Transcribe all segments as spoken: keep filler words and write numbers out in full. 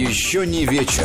Еще не вечер.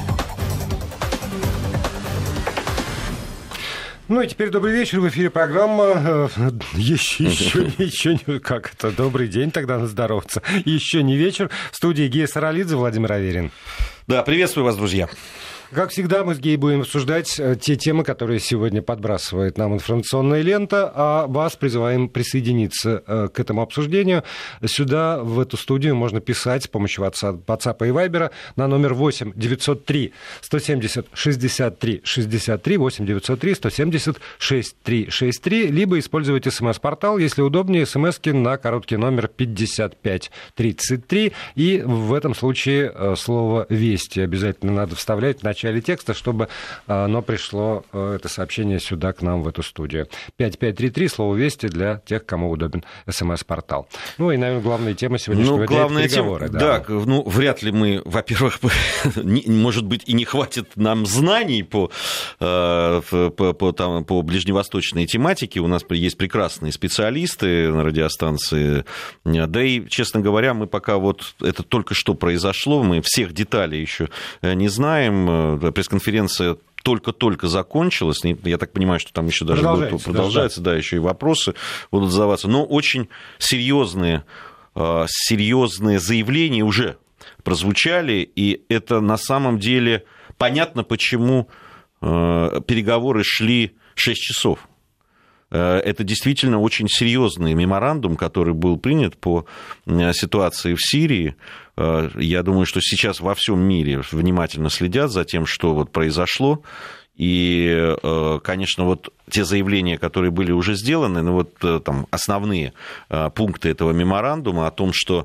Ну и теперь добрый вечер. В эфире программа «Еще, еще, еще не...» Как это? Добрый день, тогда надо здороваться. «Еще не вечер». В студии Гея Саралидзе, Владимир Аверин. Да, приветствую вас, друзья. Как всегда, мы с Геей будем обсуждать те темы, которые сегодня подбрасывает нам информационная лента, а вас призываем присоединиться к этому обсуждению. Сюда, в эту студию, можно писать с помощью WhatsApp, WhatsApp и Viber на номер восемь девятьсот три сто семьдесят шестьдесят три шестьдесят три, восемь девятьсот три сто семьдесят шестьдесят три шестьдесят три, либо использовать смс-портал, если удобнее, смски на короткий номер пятьдесят пять тридцать три, и в этом случае слово «Вести» обязательно надо вставлять в начале в начале текста, чтобы оно пришло, это сообщение, сюда, к нам, в эту студию. пять пять три три, слово «Вести» для тех, кому удобен смс-портал. Ну и, наверное, главная тема сегодняшнего ну, дня — главная это переговоры. Тема, да. да, ну, вряд ли мы, во-первых, может быть, и не хватит нам знаний по, по, по, там, по ближневосточной тематике. У нас есть прекрасные специалисты на радиостанции. Да и, честно говоря, мы пока вот это только что произошло, мы всех деталей еще не знаем. Пресс-конференция только-только закончилась. Я так понимаю, что там еще даже продолжается, будут, продолжается, да, еще и вопросы будут задаваться. Но очень серьезные, серьезные заявления уже прозвучали, и это на самом деле понятно, почему переговоры шли шесть часов. Это действительно очень серьезный меморандум, который был принят по ситуации в Сирии. Я думаю, что сейчас во всем мире внимательно следят за тем, что вот произошло. И, конечно, вот те заявления, которые были уже сделаны, ну вот там основные пункты этого меморандума о том, что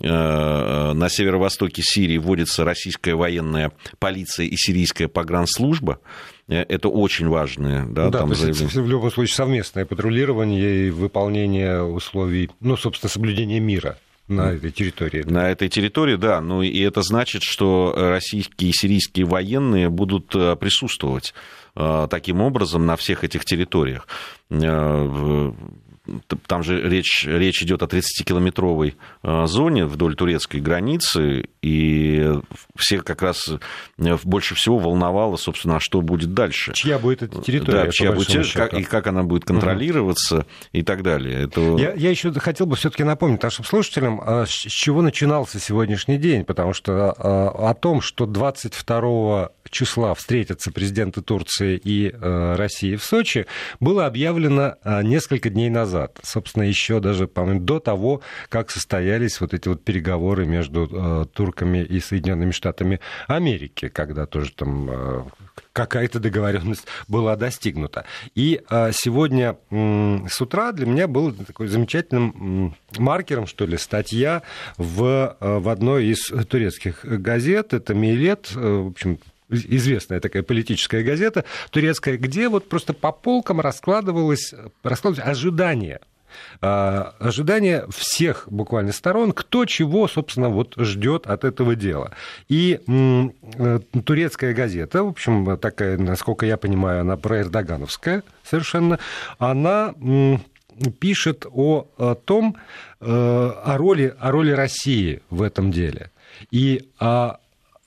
на северо-востоке Сирии вводится российская военная полиция и сирийская погранслужба, это очень важное, да, да, там то есть в любом случае совместное патрулирование и выполнение условий, ну, собственно, соблюдение мира на этой территории. На этой территории, да. Ну, и это значит, что российские и сирийские военные будут присутствовать таким образом на всех этих территориях. Там же речь, речь идет о тридцатикилометровой зоне вдоль турецкой границы, и всех как раз больше всего волновало, собственно, что будет дальше. Чья будет эта территория? Да, чья будет, как, и как она будет контролироваться, угу. и так далее. Это... Я, я еще хотел бы все-таки напомнить нашим слушателям, с чего начинался сегодняшний день, потому что о том, что двадцать второго числа встретятся президенты Турции и России в Сочи, было объявлено несколько дней назад. Собственно, еще даже, по-моему, до того, как состоялись вот эти вот переговоры между э, турками и Соединенными Штатами Америки, когда тоже там э, какая-то договоренность была достигнута. И э, сегодня э, с утра для меня был такой замечательным э, маркером, что ли, статья в, э, в одной из турецких газет, это «Милет», э, в общем, известная такая политическая газета турецкая, где вот просто по полкам раскладывалось, раскладывалось ожидание. Ожидание всех буквально сторон, кто чего, собственно, вот ждет от этого дела. И турецкая газета, в общем, такая, насколько я понимаю, она проэрдогановская совершенно, она пишет о, о том, о роли, о роли России в этом деле. И о...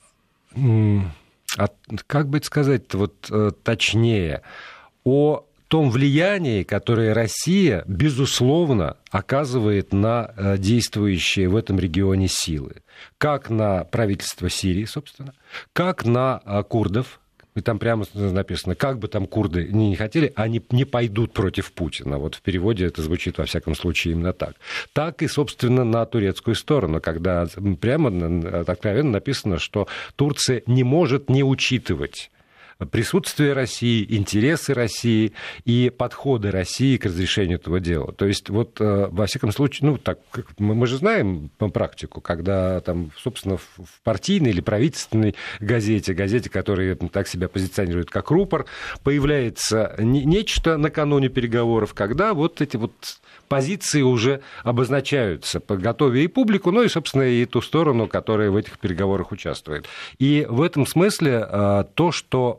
А как бы сказать вот точнее, о том влиянии, которое Россия, безусловно, оказывает на действующие в этом регионе силы. Как на правительство Сирии, собственно, как на курдов. И там прямо написано, как бы там курды ни не хотели, они не пойдут против Путина. Вот в переводе это звучит, во всяком случае, именно так. Так и, собственно, на турецкую сторону, когда прямо откровенно написано, что Турция не может не учитывать присутствие России, интересы России и подходы России к разрешению этого дела. То есть, вот, во всяком случае, ну, так, мы же знаем по практику, когда, там, собственно, в партийной или правительственной газете, газете, которая так себя позиционирует, как рупор, появляется нечто накануне переговоров, когда вот эти вот позиции уже обозначаются, готовя и публику, ну и, собственно, и ту сторону, которая в этих переговорах участвует. И в этом смысле то, что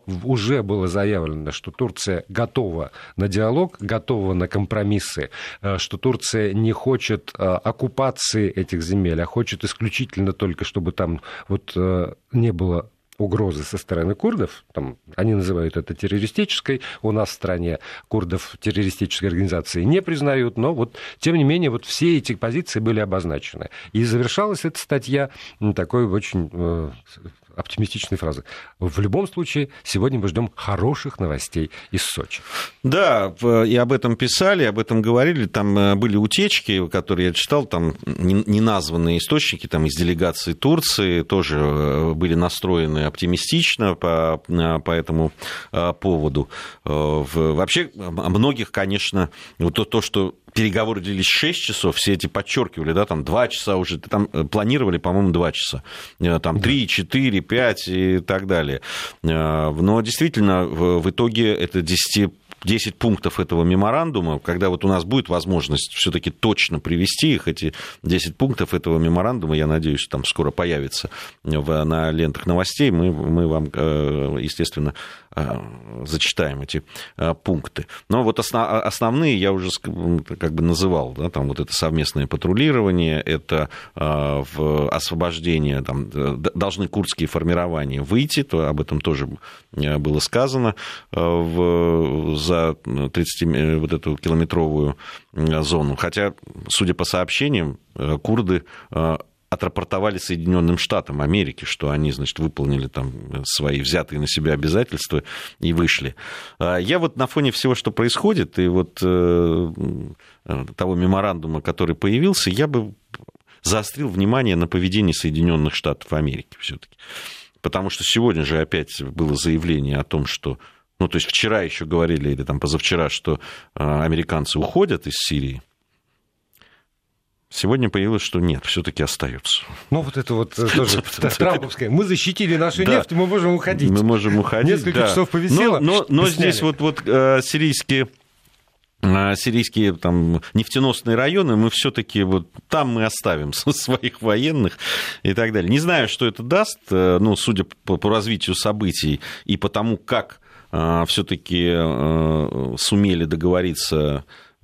уже было заявлено, что Турция готова на диалог, готова на компромиссы, что Турция не хочет оккупации этих земель, а хочет исключительно только, чтобы там вот не было угрозы со стороны курдов, там, они называют это террористической, у нас в стране курдов террористической организации не признают, но вот, тем не менее, вот все эти позиции были обозначены. И завершалась эта статья такой очень э, оптимистичной фразой. В любом случае, сегодня мы ждем хороших новостей из Сочи. Да, и об этом писали, об этом говорили, там были утечки, которые я читал, там неназванные источники там, из делегации Турции тоже были настроены оптимистично по, по этому поводу. Вообще, многих, конечно, вот то, то, что переговоры длились шесть часов, все эти подчеркивали, да, там два часа уже, там планировали, по-моему, два часа, там три, четыре, пять и так далее. Но действительно, в итоге это десять десять пунктов этого меморандума, когда вот у нас будет возможность все-таки точно привести их, эти десять пунктов этого меморандума, я надеюсь, там скоро появится в, на лентах новостей, мы, мы вам, естественно, зачитаем эти пункты. Но вот основ, основные я уже как бы называл, да, там вот это совместное патрулирование, это освобождение, там, должны курдские формирования выйти, то об этом тоже было сказано в за тридцать вот эту километровую зону. Хотя, судя по сообщениям, курды отрапортовали Соединенным Штатам Америки, что они, значит, выполнили там свои взятые на себя обязательства и вышли. Я вот на фоне всего, что происходит, и вот того меморандума, который появился, я бы заострил внимание на поведении Соединенных Штатов Америки все-таки. Потому что сегодня же опять было заявление о том, что ну, то есть вчера еще говорили, или там позавчера, что американцы уходят из Сирии. Сегодня появилось, что нет, все-таки остаются. Ну, вот это вот тоже трамповское. Мы защитили нашу нефть, мы можем уходить. Мы можем уходить, Несколько часов повисело. Но, но здесь вот, вот сирийские... сирийские там, нефтеносные районы, мы все-таки вот там мы оставим своих военных и так далее. Не знаю, что это даст, но судя по, по развитию событий и по тому, как все-таки сумели договориться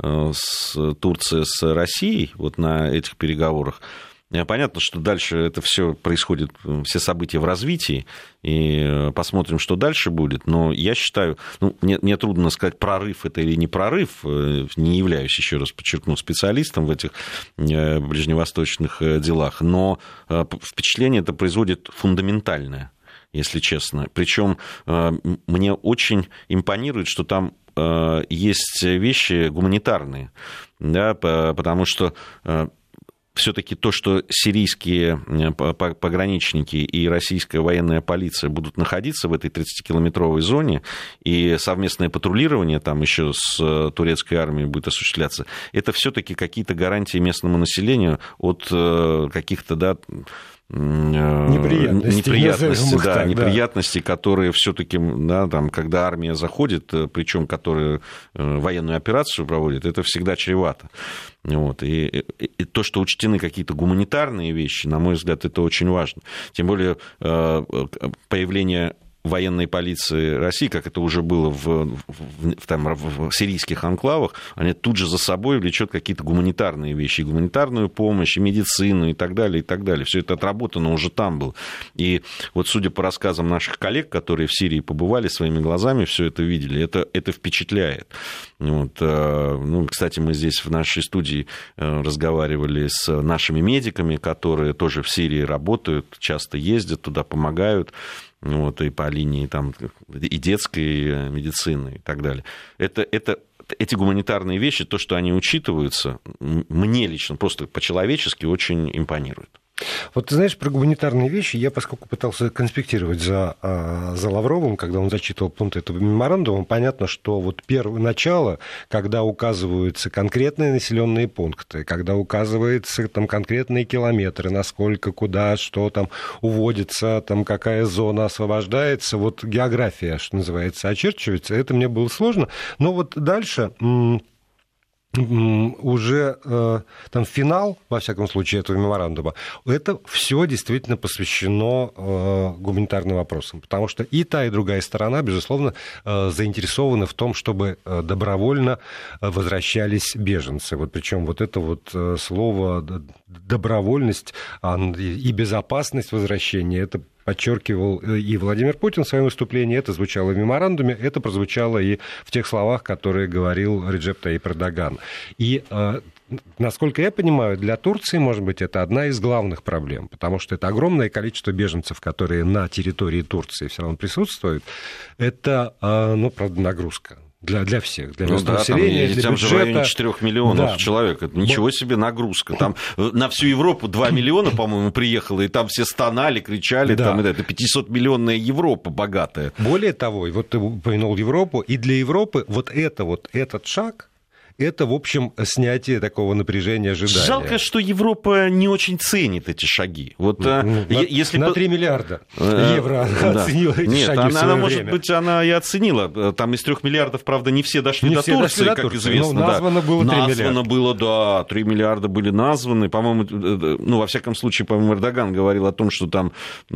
с Турцией, с Россией вот на этих переговорах, понятно, что дальше это все происходит, все события в развитии, и посмотрим, что дальше будет. Но я считаю, ну, мне, мне трудно сказать, прорыв это или не прорыв, не являюсь, еще раз подчеркну, специалистом в этих ближневосточных делах, но впечатление это производит фундаментальное, если честно. Причем мне очень импонирует, что там есть вещи гуманитарные, да, потому что все-таки то, что сирийские пограничники и российская военная полиция будут находиться в этой тридцатикилометровой зоне, и совместное патрулирование там еще с турецкой армией будет осуществляться, это все-таки какие-то гарантии местному населению от каких-то, да, неприятности, неприятности, да, так, неприятности, да. которые все-таки, да, там, когда армия заходит, причем которая военную операцию проводит, это всегда чревато. Вот. И, и, и то, что учтены какие-то гуманитарные вещи, на мой взгляд, это очень важно. Тем более появление военной полиции России, как это уже было в, в, там, в сирийских анклавах, они тут же за собой влечет какие-то гуманитарные вещи, и гуманитарную помощь, и медицину, и так далее, и так далее. Все это отработано уже там было. И вот судя по рассказам наших коллег, которые в Сирии побывали своими глазами, все это видели, это, это впечатляет. Вот. Ну, кстати, мы здесь в нашей студии разговаривали с нашими медиками, которые тоже в Сирии работают, часто ездят туда, помогают. Вот, и по линии там, и детской медицины и так далее. Это, это, эти гуманитарные вещи, то, что они учитываются, мне лично просто по-человечески очень импонирует. Вот ты знаешь, про гуманитарные вещи я, поскольку пытался конспектировать за, за Лавровым, когда он зачитывал пункты этого меморандума, понятно, что вот первое начало, когда указываются конкретные населенные пункты, когда указываются там конкретные километры, насколько, куда, что там уводится, там какая зона освобождается, вот география, что называется, очерчивается, это мне было сложно, но вот дальше... уже э, там финал, во всяком случае, этого меморандума, это все действительно посвящено э, гуманитарным вопросам, потому что и та, и другая сторона, безусловно, э, заинтересованы в том, чтобы э, добровольно возвращались беженцы. Вот, причем вот это вот э, слово добровольность и безопасность возвращения, это подчеркивал и Владимир Путин в своем выступлении, это звучало в меморандуме, это прозвучало и в тех словах, которые говорил Реджеп Таyyip Эрдоган. И, насколько я понимаю, для Турции, может быть, это одна из главных проблем, потому что это огромное количество беженцев, которые на территории Турции все равно присутствуют, это, ну, правда, нагрузка. Для, для всех, для местного ну, да, населения, там, для там бюджета. Же в районе четырёх миллионов да. человек. Это ничего себе нагрузка. Там на всю Европу два миллиона, по-моему, приехало, и там все стонали, кричали. Да. Там, это пятисотмиллионная Европа богатая. Более того, и вот ты упомянул Европу, и для Европы вот, это, вот этот шаг... Это, в общем, снятие такого напряжения ожидания. Жалко, что Европа не очень ценит эти шаги. Вот, ну, на, если на три миллиарда евро да. оценила эти Нет, шаги она, в свое она время. Может быть, она и оценила. Там из трех миллиардов, правда, не все дошли не до все Турции, дошли до как Турции. Известно. Ну, названо да. было три названо миллиарда. Названо было, да, три миллиарда были названы. По-моему, ну, во всяком случае, по-моему, Эрдоган говорил о том, что там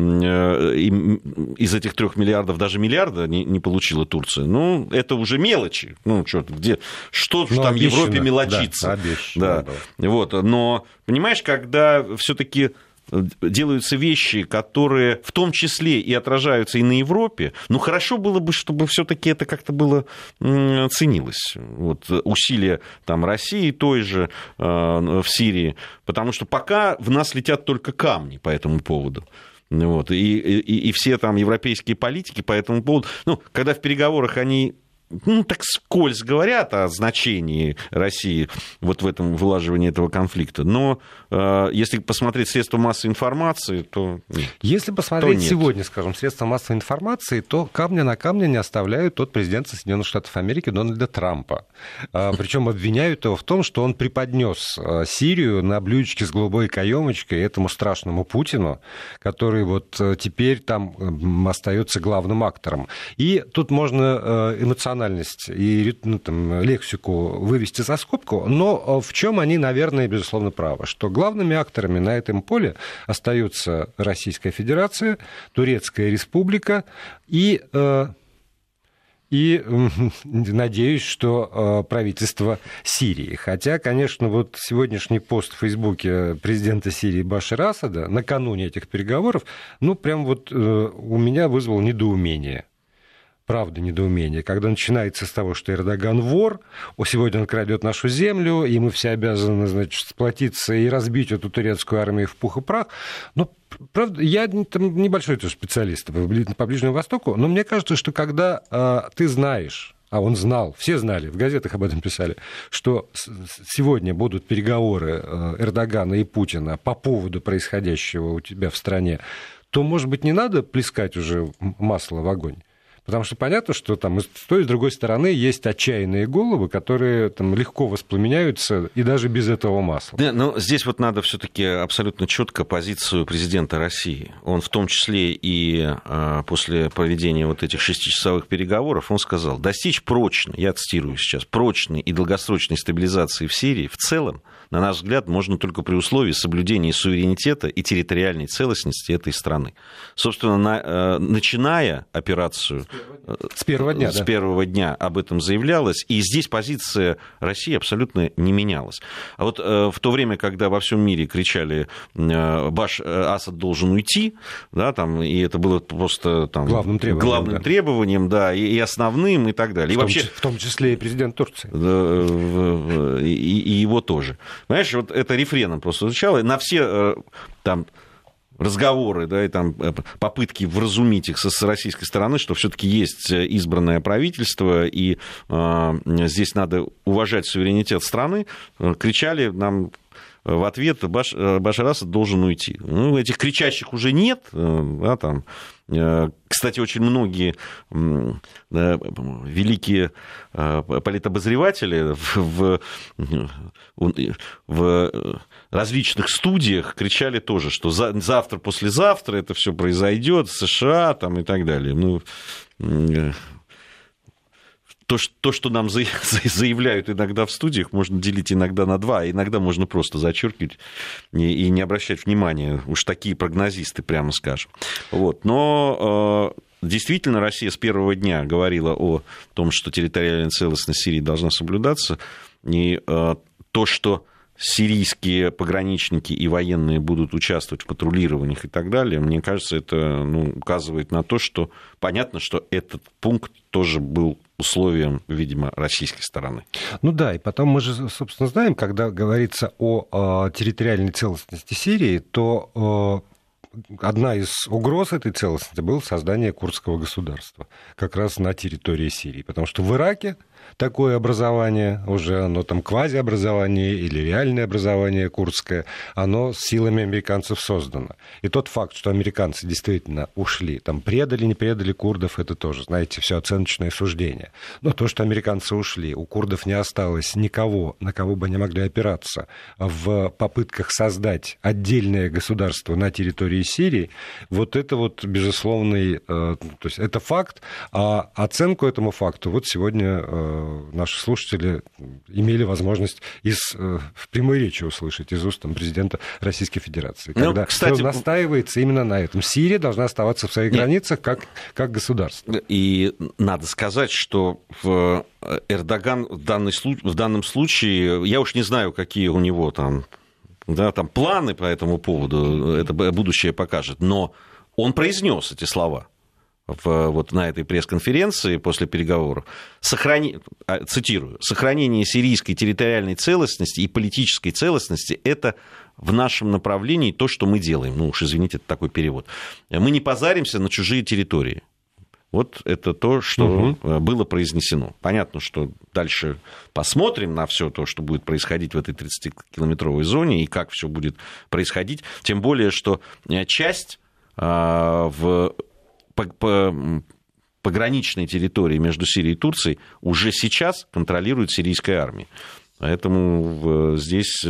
из этих трех миллиардов даже миллиарда не, не получила Турция. Ну, это уже мелочи. Ну, что, где, что ну, там обещано. Европе мелочи. Да, да. Вот. Но, понимаешь, когда все-таки делаются вещи, которые в том числе и отражаются и на Европе, ну, хорошо было бы, чтобы все-таки это как-то было ценилось. Вот, усилия там, России той же э, в Сирии, потому что пока в нас летят только камни по этому поводу. Вот, и, и, и все там европейские политики по этому поводу, ну, когда в переговорах они... ну, так скользь говорят о значении России вот в этом вылаживании этого конфликта. Но э, если посмотреть средства массовой информации, то нет. Если посмотреть сегодня, скажем, средства массовой информации, то камня на камне не оставляют тот президента Соединенных Штатов Америки Дональда Трампа. А, причем обвиняют его в том, что он преподнес Сирию на блюдечке с голубой каемочкой этому страшному Путину, который вот теперь там остается главным актором. И тут можно эмоционально и ну, там, лексику вывести за скобку, но в чем они, наверное, безусловно, правы, что главными акторами на этом поле остаются Российская Федерация, Турецкая Республика и, и надеюсь, что правительство Сирии. Хотя, конечно, вот сегодняшний пост в Фейсбуке президента Сирии Башара Асада накануне этих переговоров, ну, прям вот у меня вызвал недоумение. Правда, недоумение, когда начинается с того, что Эрдоган вор, о, сегодня он крадет нашу землю, и мы все обязаны, значит, сплотиться и разбить эту турецкую армию в пух и прах. Но, правда, я там небольшой тоже специалист по Ближнему Востоку, но мне кажется, что когда а, ты знаешь, а он знал, все знали, в газетах об этом писали, что сегодня будут переговоры Эрдогана и Путина по поводу происходящего у тебя в стране, то, может быть, не надо плескать уже масло в огонь. Потому что понятно, что там и с той, и с другой стороны есть отчаянные головы, которые там легко воспламеняются и даже без этого масла. Да, но здесь вот надо все-таки абсолютно четко позицию президента России. Он в том числе и а, после проведения вот этих шестичасовых переговоров, он сказал, достичь прочной, я цитирую сейчас, прочной и долгосрочной стабилизации в Сирии в целом, на наш взгляд, можно только при условии соблюдения суверенитета и территориальной целостности этой страны. Собственно, на, начиная операцию... С первого дня, С да. первого дня об этом заявлялось, и здесь позиция России абсолютно не менялась. А вот в то время, когда во всем мире кричали «Баш Асад должен уйти», да, там, и это было просто там, главным требованием, главным да. требованием, да, и, и основным, и так далее. В, и том, вообще, в том числе и президент Турции. И, и его тоже. Понимаешь, вот это рефреном просто звучало. На все там... разговоры, да, и там попытки вразумить их с российской стороны, что все-таки есть избранное правительство, и э, здесь надо уважать суверенитет страны, кричали нам в ответ: Баш, Башар Асад должен уйти. Ну, этих кричащих уже нет, да, там. Кстати, очень многие да, великие политобозреватели в, в, в различных студиях кричали тоже, что за, завтра, послезавтра это все произойдет в США там, и так далее. Ну, то, что, то, что нам заявляют иногда в студиях, можно делить иногда на два, а иногда можно просто зачеркивать и, и не обращать внимания. Уж такие прогнозисты, прямо скажем. Вот. Но действительно Россия с первого дня говорила о том, что территориальная целостность Сирии должна соблюдаться. И то, что сирийские пограничники и военные будут участвовать в патрулированиях и так далее, мне кажется, это ну, указывает на то, что понятно, что этот пункт тоже был условием, видимо, российской стороны. Ну да, и потом мы же, собственно, знаем, когда говорится о, о территориальной целостности Сирии, то одна из угроз этой целостности было создание курдского государства как раз на территории Сирии, потому что в Ираке такое образование, уже оно там квазиобразование или реальное образование курдское, оно силами американцев создано. И тот факт, что американцы действительно ушли, там предали, не предали курдов, это тоже, знаете, все оценочное суждение. Но то, что американцы ушли, у курдов не осталось никого, на кого бы они могли опираться в попытках создать отдельное государство на территории Сирии, вот это вот безусловный, то есть это факт, а оценку этому факту вот сегодня наши слушатели имели возможность из, в прямой речи услышать из уст там, президента Российской Федерации. Когда ну, кстати, настаивается именно на этом. Сирия должна оставаться в своих нет. границах как, как государство. И надо сказать, что в Эрдоган в, данный, в данном случае, я уж не знаю, какие у него там, да, там планы по этому поводу, это будущее покажет, но он произнес эти слова. В, вот на этой пресс-конференции после переговоров, сохрани... цитирую, «сохранение сирийской территориальной целостности и политической целостности – это в нашем направлении то, что мы делаем». Ну уж извините, это такой перевод. «Мы не позаримся на чужие территории». Вот это то, что угу. было произнесено. Понятно, что дальше посмотрим на все то, что будет происходить в этой тридцатикилометровой зоне и как все будет происходить. Тем более, что часть в По, по пограничной территории между Сирией и Турцией уже сейчас контролирует сирийская армия. Поэтому здесь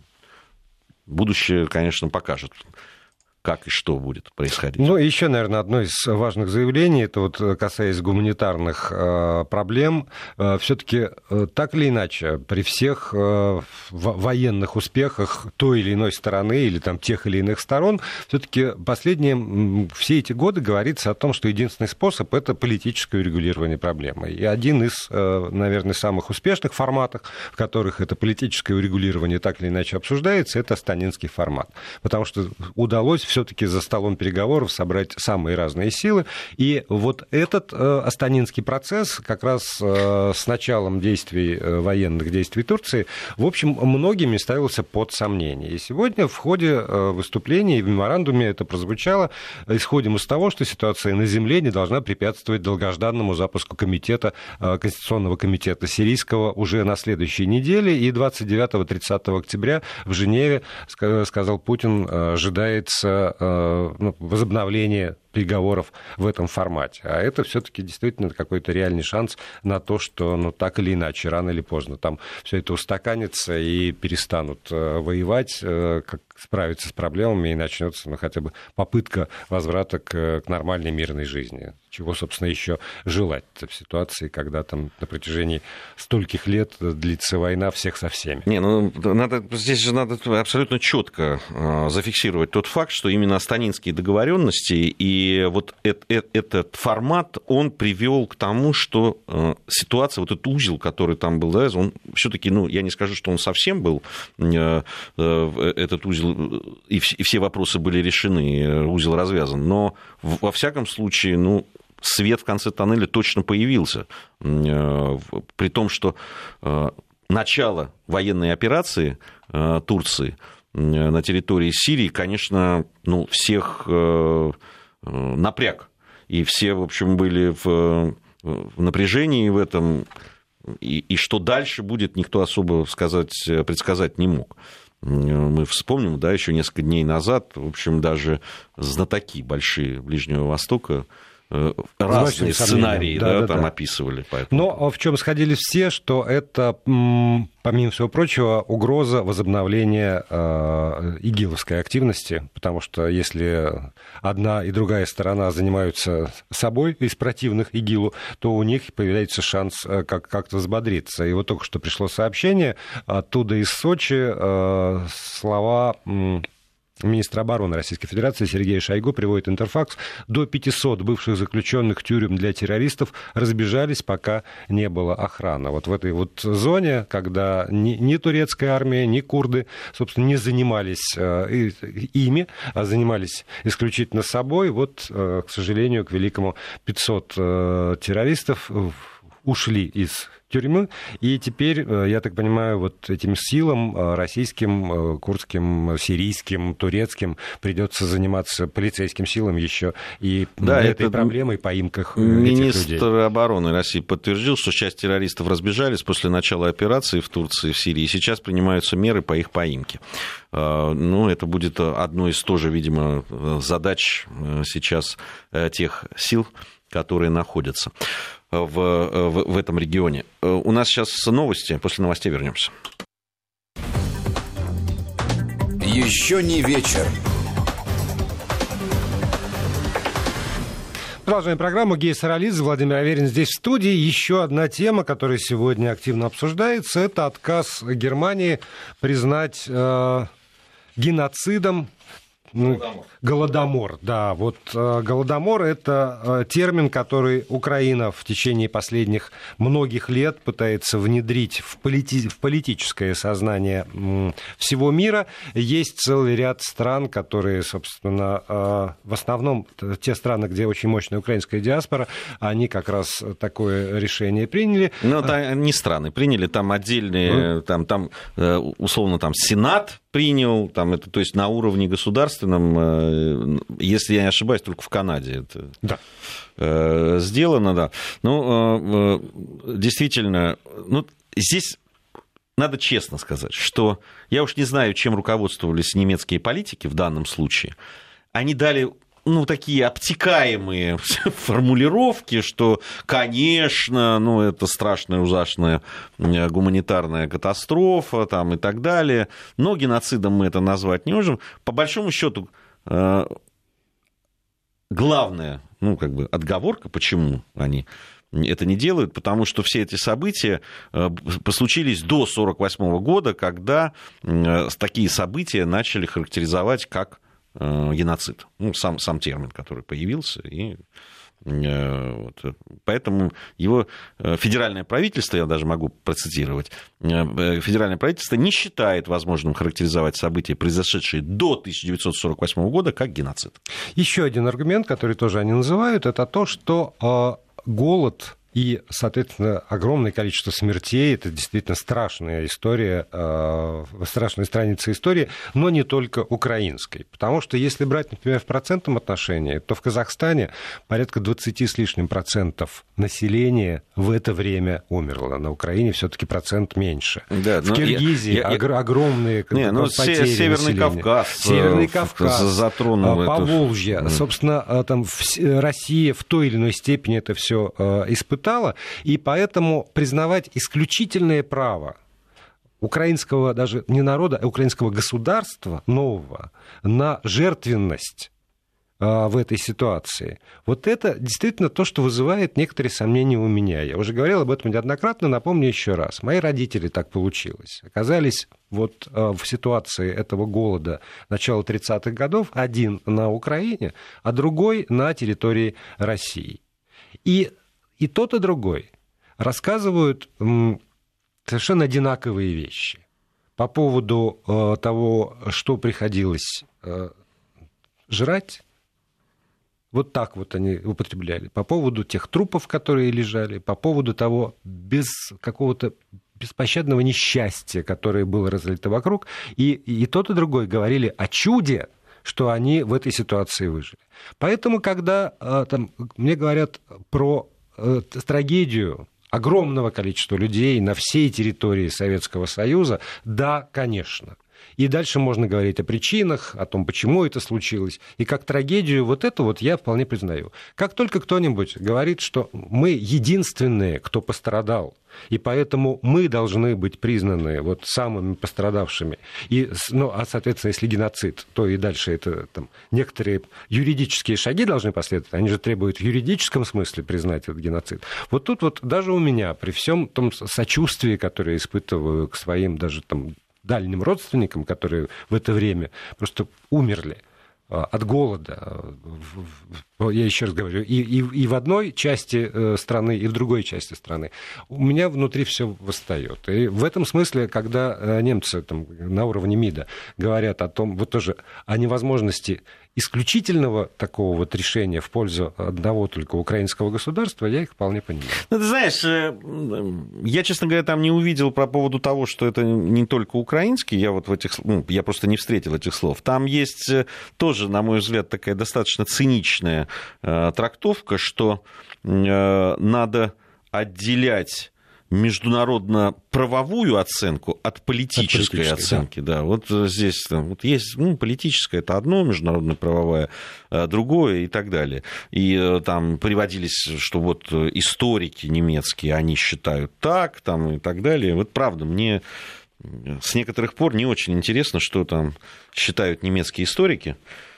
будущее, конечно, покажет, как и что будет происходить. Ну, и еще, наверное, одно из важных заявлений, это вот касаясь гуманитарных э, проблем, э, все-таки э, так или иначе, при всех э, военных успехах той или иной стороны или там тех или иных сторон, все-таки последние, все эти годы говорится о том, что единственный способ – это политическое урегулирование проблемы. И один из, э, наверное, самых успешных форматов, в которых это политическое урегулирование так или иначе обсуждается, это астанинский формат. Потому что удалось все-таки за столом переговоров собрать самые разные силы. И вот этот э, астанинский процесс как раз э, с началом действий, э, военных действий Турции, в общем, многими ставился под сомнение. И сегодня в ходе э, выступления и в меморандуме это прозвучало. Исходим из того, что ситуация на земле не должна препятствовать долгожданному запуску комитета, э, Конституционного комитета сирийского уже на следующей неделе. И двадцать девятого-тридцатого октября в Женеве, сказал Путин, ожидается ну, возобновление переговоров в этом формате. А это все-таки действительно какой-то реальный шанс на то, что ну, так или иначе, рано или поздно, там все это устаканится и перестанут воевать, как справиться с проблемами, и начнется ну, хотя бы попытка возврата к, к нормальной мирной жизни. Чего, собственно, еще желать в ситуации, когда там на протяжении стольких лет длится война всех со всеми. Не, ну, надо, здесь же надо абсолютно четко зафиксировать тот факт, что именно астанинские договоренности и вот этот, этот формат, он привел к тому, что ситуация, вот этот узел, который там был, да, он все-таки, ну, я не скажу, что он совсем был, этот узел, и все вопросы были решены, узел развязан, но во всяком случае, ну, свет в конце тоннеля точно появился, при том, что начало военной операции Турции на территории Сирии, конечно, ну, всех напряг, и все, в общем, были в, в напряжении в этом, и, и что дальше будет, никто особо сказать, предсказать не мог. Мы вспомним, да, еще несколько дней назад, в общем, даже знатоки большие Ближнего Востока разные сценарии, да, да, да, там да. описывали. Поэтому. Но в чем сходились все, что это, помимо всего прочего, угроза возобновления э, игиловской активности, потому что если одна и другая сторона занимаются собой из противных ИГИЛу, то у них появляется шанс как- как-то взбодриться. И вот только что пришло сообщение оттуда из Сочи, э, слова... Министр обороны Российской Федерации Сергей Шойгу, приводит Интерфакс, до пятисот бывших заключенных тюрем для террористов разбежались, пока не было охраны. Вот в этой вот зоне, когда ни, ни турецкая армия, ни курды, собственно, не занимались э, ими, а занимались исключительно собой, вот, э, к сожалению, к великому, пятьсот э, террористов ушли из тюрьмы, и теперь, я так понимаю, вот этим силам российским, курдским, сирийским, турецким придется заниматься полицейским силам еще и да, этой это проблемой поимках этих людей. Министр обороны России подтвердил, что часть террористов разбежались после начала операции в Турции, в Сирии, и сейчас принимаются меры по их поимке. Ну, это будет одной из тоже, видимо, задач сейчас тех сил, которые находятся в, в, в этом регионе. У нас сейчас новости, после новостей вернемся. Еще не вечер. Продолжаем программу. Гея Саралидзе, Владимир Аверин здесь в студии. Еще одна тема, которая сегодня активно обсуждается, это отказ Германии признать э, геноцидом Голодомор. Голодомор, да. Вот э, Голодомор — это э, термин, который Украина в течение последних многих лет пытается внедрить в, полити- в политическое сознание э, всего мира. Есть целый ряд стран, которые, собственно, э, в основном те страны, где очень мощная украинская диаспора, они как раз такое решение приняли. Ну, это не страны приняли, там отдельные, mm. там, там, условно, там Сенат принял, там, это, то есть на уровне государственном, если я не ошибаюсь, только в Канаде это да. сделано, да. Ну, действительно, ну, здесь надо честно сказать, что я уж не знаю, чем руководствовались немецкие политики в данном случае. Они дали... ну, такие обтекаемые формулировки, что, конечно, ну, это страшная, ужасная гуманитарная катастрофа там, и так далее, но геноцидом мы это назвать не можем. По большому счету, главная, ну, как бы отговорка, почему они это не делают, потому что все эти события случились до сорок восьмого года, когда такие события начали характеризовать как геноцид. Ну, сам, сам термин, который появился. И, вот, поэтому его федеральное правительство, я даже могу процитировать, федеральное правительство не считает возможным характеризовать события, произошедшие до тысяча девятьсот сорок восьмого года, как геноцид. Еще один аргумент, который тоже они называют, это то, что э, голод и, соответственно, огромное количество смертей. Это действительно страшная история, страшная страница истории, но не только украинской. Потому что если брать, например, в процентном отношении, то в Казахстане порядка двадцать с лишним процентов населения в это время умерло. На Украине все-таки процент меньше. Да, в Киргизии я, я, я... огромные не, ну, потери Северный населения. Кавказ, Северный Кавказ, затронул Поволжье. Это... Собственно, там Россия в той или иной степени это все испытала. И поэтому признавать исключительное право украинского, даже не народа, а украинского государства нового на жертвенность в этой ситуации, вот это действительно то, что вызывает некоторые сомнения у меня. Я уже говорил об этом неоднократно, напомню еще раз. Мои родители, так получилось, оказались вот в ситуации этого голода начала тридцатых годов, один на Украине, а другой на территории России. И И тот, и другой рассказывают совершенно одинаковые вещи по поводу того, что приходилось жрать. Вот так вот они употребляли. По поводу тех трупов, которые лежали, по поводу того без какого-то беспощадного несчастья, которое было разлито вокруг. И, и тот, и другой говорили о чуде, что они в этой ситуации выжили. Поэтому, когда там, мне говорят про трагедию огромного количества людей на всей территории Советского Союза, да, конечно. И дальше можно говорить о причинах, о том, почему это случилось. И как трагедию вот эту вот я вполне признаю. Как только кто-нибудь говорит, что мы единственные, кто пострадал, и поэтому мы должны быть признаны вот самыми пострадавшими. И, ну, а, соответственно, если геноцид, то и дальше это там, некоторые юридические шаги должны последовать. Они же требуют в юридическом смысле признать этот геноцид. Вот тут вот даже у меня, при всем том сочувствии, которое я испытываю к своим даже там дальним родственникам, которые в это время просто умерли от голода, я еще раз говорю, и, и, и в одной части страны, и в другой части страны, у меня внутри все восстает. И в этом смысле, когда немцы там, на уровне МИДа говорят о том, вот тоже о невозможности исключительного такого вот решения в пользу одного только украинского государства, я их вполне понимаю. Ну, ты знаешь, я, честно говоря, там не увидел по поводу того, что это не только украинский, я вот в этих, ну, я просто не встретил этих слов. Там есть тоже, на мой взгляд, такая достаточно циничная э, трактовка, что э, надо отделять международно-правовую оценку от политической, от политической оценки. Да. Да, вот здесь там, вот есть ну, политическая, это одно, международно-правовая другое и так далее. И там приводились, что вот историки немецкие, они считают так, там, и так далее. Вот правда, мне с некоторых пор не очень интересно, что там считают немецкие историки,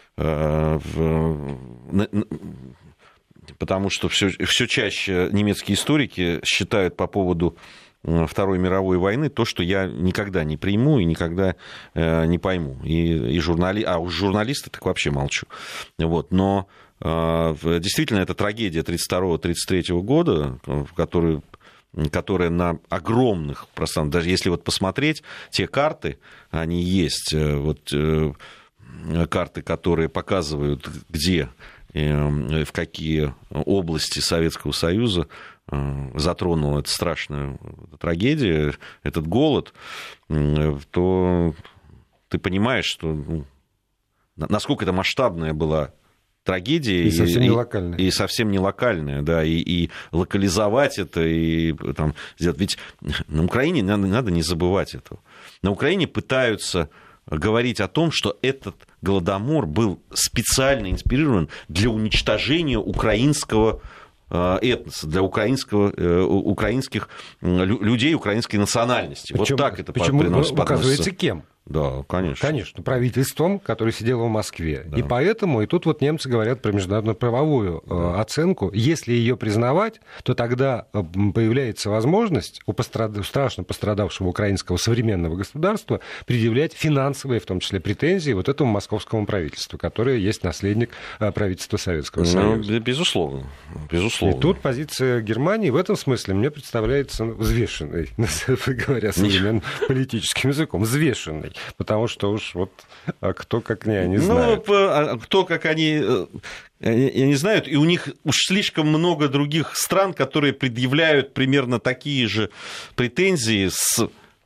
потому что все, все чаще немецкие историки считают по поводу Второй мировой войны то, что я никогда не приму и никогда не пойму. И, и журнали... А уж журналисты так вообще молчу. Вот. Но действительно, это трагедия тридцать второго тридцать третьего года, в которую... которая на огромных пространствах, даже если вот посмотреть, те карты, они есть, вот карты, которые показывают, где, в какие области Советского Союза затронула эта страшная трагедия, этот голод, то ты понимаешь, что насколько это масштабная была трагедия. И, и совсем не локальная. И, и совсем не локальная, да, и, и локализовать это, и там сделать. Ведь на Украине надо, надо не забывать этого. На Украине пытаются говорить о том, что этот голодомор был специально инспирирован для уничтожения украинского этноса, для украинского, украинских людей, украинской национальности. Причем, вот так это причем подносится. Указывается кем? Да, конечно. Конечно, правительством, которое сидело в Москве. Да. И поэтому, и тут вот немцы говорят про международно-правовую да. оценку. Если ее признавать, то тогда появляется возможность у пострад... страшно пострадавшего украинского современного государства предъявлять финансовые, в том числе, претензии вот этому московскому правительству, которое есть наследник правительства Советского Союза. Ну, безусловно, безусловно. И тут позиция Германии в этом смысле мне представляется взвешенной, говоря современным политическим языком, взвешенной. Потому что уж вот кто как не они знают. Ну, кто как они, они знают, и у них уж слишком много других стран, которые предъявляют примерно такие же претензии с...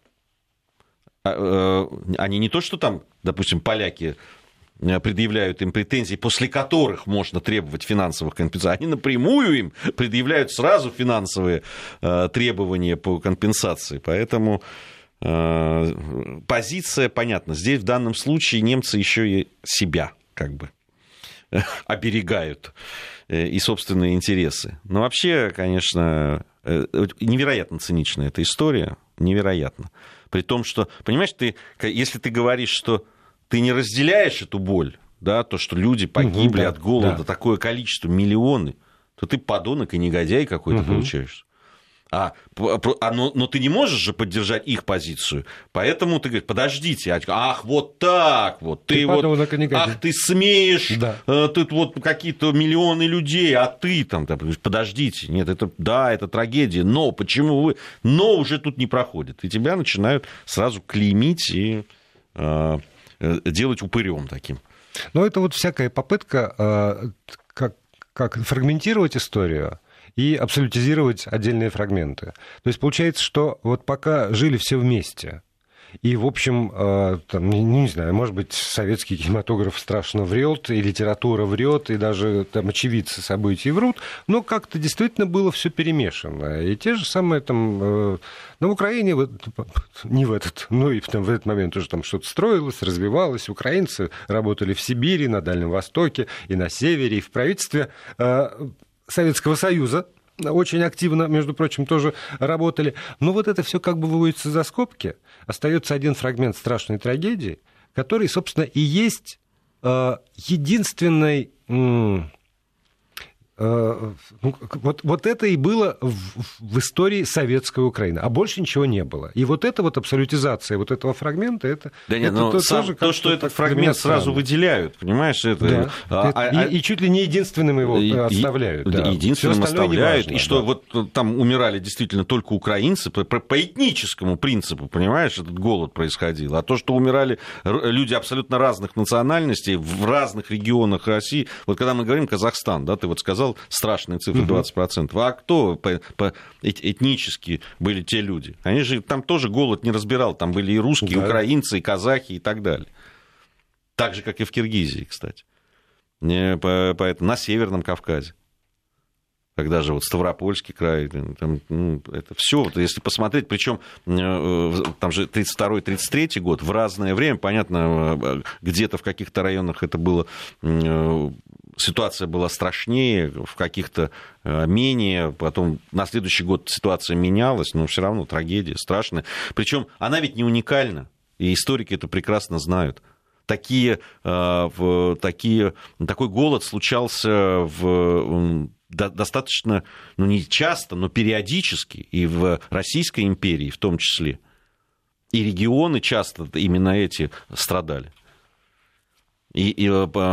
Они не то, что там, допустим, поляки предъявляют им претензии, после которых можно требовать финансовых компенсаций. Они напрямую им предъявляют сразу финансовые требования по компенсации. Поэтому... позиция понятна. Здесь в данном случае немцы еще и себя как бы оберегают и собственные интересы. Но вообще, конечно, невероятно циничная эта история, невероятно. При том, что, понимаешь, ты, если ты говоришь, что ты не разделяешь эту боль, да, то, что люди погибли угу, да, от голода, да. такое количество, миллионы, то ты подонок и негодяй какой-то угу. получаешься. А, а, но, но ты не можешь же поддержать их позицию, поэтому ты говоришь, подождите, ах, вот так вот, ты, ты вот, ах, ты смеешь, да. э, тут вот какие-то миллионы людей, а ты там, да, подождите, нет, это, да, это трагедия, но почему вы, но уже тут не проходит, и тебя начинают сразу клеймить и э, делать упырем таким. Но это вот всякая попытка э, как, как фрагментировать историю и абсолютизировать отдельные фрагменты. То есть получается, что вот пока жили все вместе, И, в общем, там, не, не знаю, может быть, советский кинематограф страшно врет, и литература врет, и даже там очевидцы событий врут, но как-то действительно было все перемешано. И те же самые там... На Украине, не в этот, ну и там, в этот момент уже там что-то строилось, развивалось. Украинцы работали в Сибири, на Дальнем Востоке, и на Севере, и в правительстве Советского Союза. Очень активно, между прочим, тоже работали. Но вот это все как бы выводится за скобки. Остается один фрагмент страшной трагедии, который, собственно, и есть единственный... Вот, вот это и было в, в истории советской Украины, а больше ничего не было. И вот эта вот абсолютизация вот этого фрагмента, это... Да нет, это но то, сам, тоже, то, что этот фрагмент сразу выделяют, понимаешь? Это, да. а, и, а, и чуть ли не единственным его и, оставляют. И, да. единственным оставляют, важно, и что да. вот там умирали действительно только украинцы, по, по этническому принципу, понимаешь, этот голод происходил. А то, что умирали люди абсолютно разных национальностей в разных регионах России, вот когда мы говорим Казахстан, да, ты вот сказал страшные цифры двадцать процентов. А кто по, по этнически были те люди? Они же там тоже голод не разбирал. Там были и русские, и украинцы, и казахи, и так далее. Так же, как и в Киргизии, кстати. Поэтому на Северном Кавказе. Когда же вот Ставропольский край, там, ну, это все, вот, если посмотреть, причем там же тридцать второй тридцать третий год, в разное время, понятно, где-то в каких-то районах это было, ситуация была страшнее, в каких-то менее, потом на следующий год ситуация менялась, но все равно трагедия страшная. Причем она ведь не уникальна, и историки это прекрасно знают. Такие, такие, такой голод случался в... достаточно, ну не часто, но периодически, и в Российской империи в том числе. И регионы часто именно эти страдали. И, и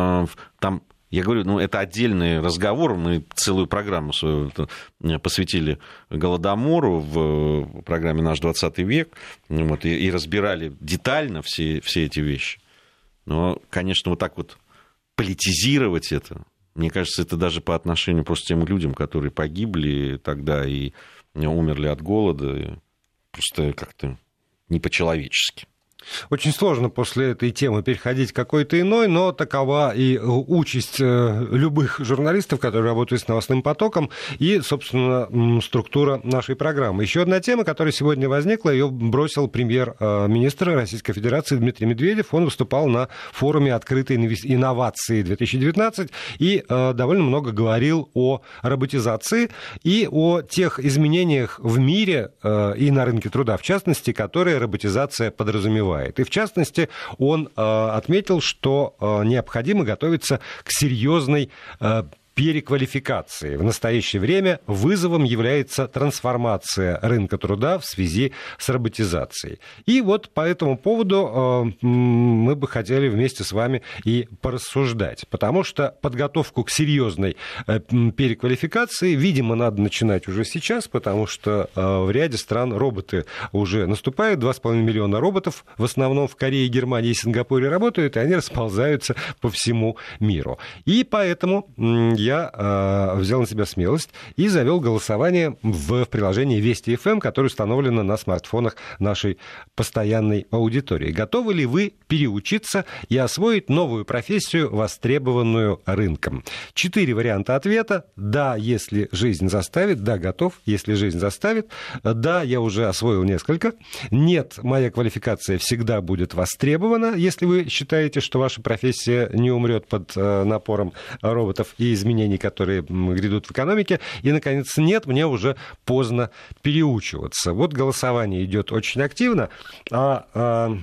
там, я говорю, ну это отдельный разговор, мы целую программу свою посвятили Голодомору в программе «Наш двадцатый век», вот, и, и разбирали детально все, все эти вещи. Но, конечно, вот так вот политизировать это, мне кажется, это даже по отношению просто к тем людям, которые погибли тогда и умерли от голода, просто как-то не по-человечески. Очень сложно после этой темы переходить к какой-то иной, но такова и участь любых журналистов, которые работают с новостным потоком, и, собственно, структура нашей программы. Еще одна тема, которая сегодня возникла, ее бросил премьер-министр Российской Федерации Дмитрий Медведев. Он выступал на форуме «Открытые инновации две тысячи девятнадцать» и довольно много говорил о роботизации и о тех изменениях в мире и на рынке труда, в частности, которые роботизация подразумевает. И, в частности, он э, отметил, что э, необходимо готовиться к серьезной э, переквалификации. В настоящее время вызовом является трансформация рынка труда в связи с роботизацией. И вот по этому поводу э, мы бы хотели вместе с вами и порассуждать, потому что подготовку к серьезной э, переквалификации, видимо, надо начинать уже сейчас, потому что э, в ряде стран роботы уже наступают, два с половиной миллиона роботов, в основном в Корее, Германии и Сингапуре работают, и они расползаются по всему миру. И поэтому э, я э, взял на себя смелость и завел голосование в приложении Вести эф эм, которое установлено на смартфонах нашей постоянной аудитории. Готовы ли вы переучиться и освоить новую профессию, востребованную рынком? Четыре варианта ответа. Да, если жизнь заставит. Да, готов, если жизнь заставит. Да, я уже освоил несколько. Нет, моя квалификация всегда будет востребована, если вы считаете, что ваша профессия не умрет под напором роботов и изменений, которые грядут в экономике. И, наконец, нет, мне уже поздно переучиваться. Вот голосование идет очень активно. А, а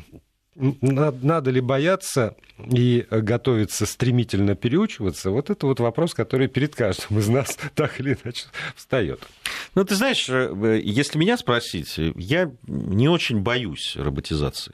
надо ли бояться и готовиться стремительно переучиваться? Вот это вот вопрос, который перед каждым из нас так или иначе встает. Ну, ты знаешь, если меня спросить, я не очень боюсь роботизации.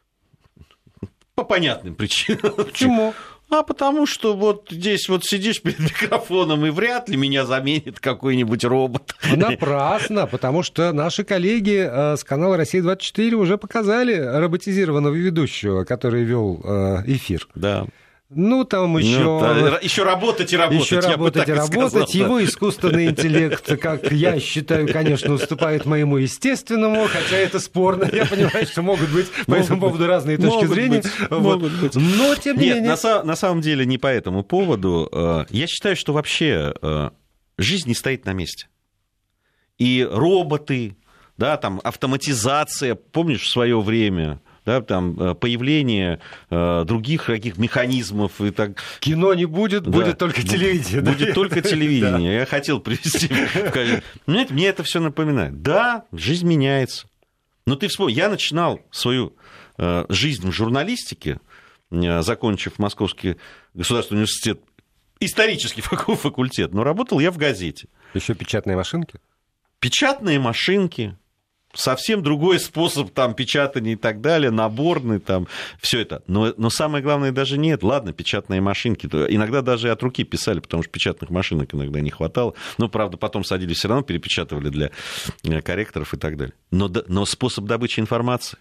По понятным причинам. Почему? А потому что вот здесь вот сидишь перед микрофоном, и вряд ли меня заменит какой-нибудь робот. Напрасно, потому что наши коллеги с канала «Россия двадцать четыре» уже показали роботизированного ведущего, который вел эфир. Да. Ну, там еще... Ну, да, еще работать и работать. Еще работать и работать. Сказал, Его да. искусственный интеллект, как я считаю, конечно, уступает моему естественному, хотя это спорно. Я понимаю, что могут быть по могут этому быть, поводу разные точки зрения. Быть, вот. могут быть. Но, тем не Нет, менее... на, на самом деле не по этому поводу. Я считаю, что вообще жизнь не стоит на месте. И роботы, да, там, автоматизация, помнишь, в свое время... Да, там появление э, других каких механизмов и так. Кино не будет, да. будет только телевидение. Будет да? только телевидение. Я хотел привести. Знаете, мне это все напоминает. Да, жизнь меняется. Но ты вспомни, я начинал свою э, жизнь в журналистике, э, закончив Московский государственный университет, исторический факультет, но работал я в газете. Еще печатные машинки? Печатные машинки. Совсем другой способ там, печатания и так далее, наборный, там, все это. Но, но самое главное даже нет. Ладно, печатные машинки. Иногда даже от руки писали, потому что печатных машинок иногда не хватало. Но, правда, потом садились все равно, перепечатывали для корректоров и так далее. Но, но способ добычи информации.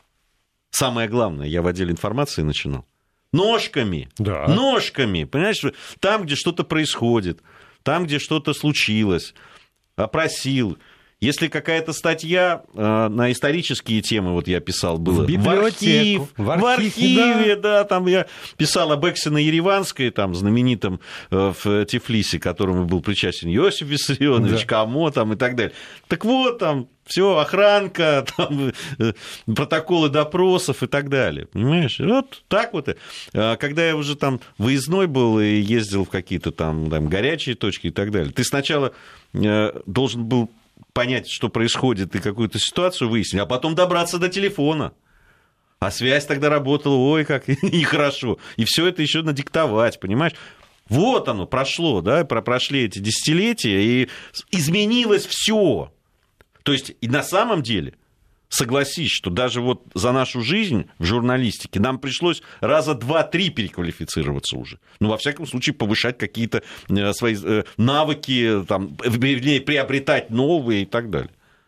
Самое главное, я в отделе информации начинал. Ножками. Да. Ножками. Понимаешь, там, где что-то происходит, там, где что-то случилось, опросил. Если какая-то статья э, на исторические темы, вот я писал, было в, в архив, в, архив, в архиве, да. да, там я писал об Эксино-Ереванской, там, знаменитом э, в Тифлисе, к которому был причастен Иосиф Виссарионович, да. Камо, там, и так далее. Так вот, там, все, охранка, там, э, протоколы допросов и так далее. Понимаешь? Вот так вот. Э, когда я уже там выездной был и ездил в какие-то там, там горячие точки и так далее, ты сначала э, должен был понять, что происходит, и какую-то ситуацию выяснить, а потом добраться до телефона. А связь тогда работала, ой, как нехорошо. И все это еще надиктовать, понимаешь? Вот оно, прошло, да, прошли эти десятилетия, и изменилось все. То есть, и на самом деле, согласись, что даже вот за нашу жизнь в журналистике нам пришлось раза два-три переквалифицироваться уже. Ну, во всяком случае, повышать какие-то свои навыки, там, приобретать новые и так далее.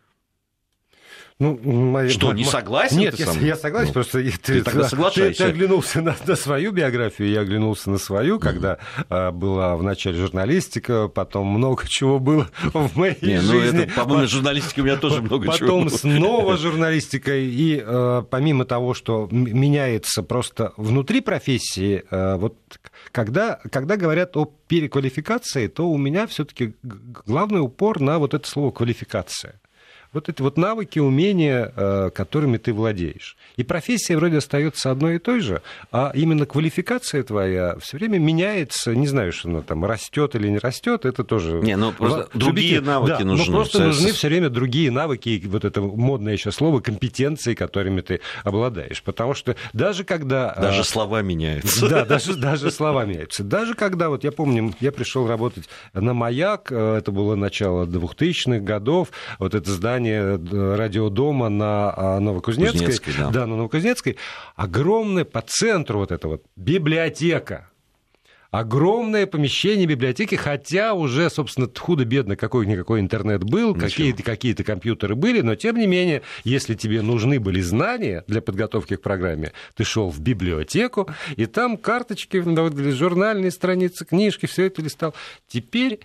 Ну, моя, что, моя, не согласен? Нет, ты я, я согласен, ну, просто ты, ты, тогда соглашайся. Ты, ты оглянулся на, на свою биографию, я оглянулся на свою, когда mm-hmm. а, была вначале журналистика, потом много чего было в моей Не, жизни. Ну, это, по-моему, журналистика у меня тоже много потом чего было. Потом снова журналистика, и а, помимо того, что меняется просто внутри профессии, а, вот когда, когда говорят о переквалификации, то у меня все-таки главный упор на вот это слово «квалификация». Вот эти вот навыки, умения, которыми ты владеешь. И профессия вроде остается одной и той же, а именно квалификация твоя все время меняется. Не знаю, что она там растет или не растет, это тоже... Не, ну просто в... другие навыки да, нужны. Но просто нужны все время другие навыки, и вот это модное еще слово, компетенции, которыми ты обладаешь. Потому что даже когда... Даже а... слова меняются. Да, даже, даже слова меняются. Даже когда, вот я помню, я пришел работать на «Маяк», это было начало двухтысячных годов, вот это здание радиодома на Новокузнецкой, да. да, на Новокузнецкой, огромная по центру вот эта вот библиотека. Огромное помещение библиотеки, хотя уже, собственно, худо-бедно какой-никакой интернет был, какие-то, какие-то компьютеры были, но, тем не менее, если тебе нужны были знания для подготовки к программе, ты шел в библиотеку, и там карточки, журнальные страницы, книжки, все это листал. Теперь...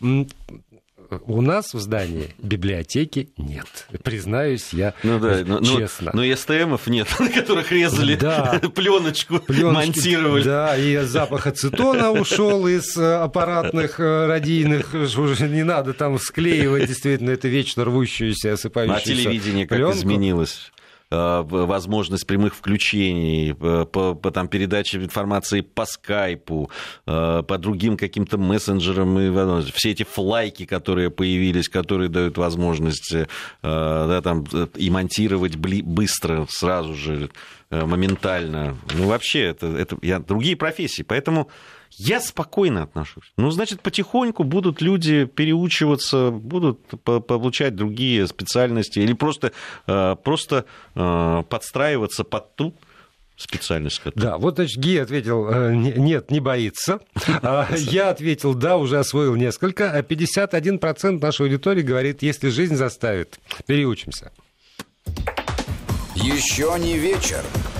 У нас в здании библиотеки нет. Признаюсь, я ну, да, честно. Но, но и эс тэ эмов нет, на которых резали да. пленочку, Пленочки, монтировали. Да, и запах ацетона ушел из аппаратных радийных. Уже не надо там склеивать, действительно, это вечно рвущуюся, осыпающуюся А телевидение как пленку. Изменилось? Возможность прямых включений, по, по там, передаче информации по скайпу, по другим каким-то мессенджерам, и, все эти флайки, которые появились, которые дают возможность да, там, и монтировать быстро, сразу же, моментально. Ну, вообще, это, это я, другие профессии, поэтому... Я спокойно отношусь. Ну, значит, потихоньку будут люди переучиваться, будут получать другие специальности или просто, просто подстраиваться под ту специальность. Которая... Да, вот, значит, Ги ответил, нет, не боится. Я ответил, да, уже освоил несколько. А пятьдесят один процент нашей аудитории говорит, если жизнь заставит, переучимся. Еще не вечер.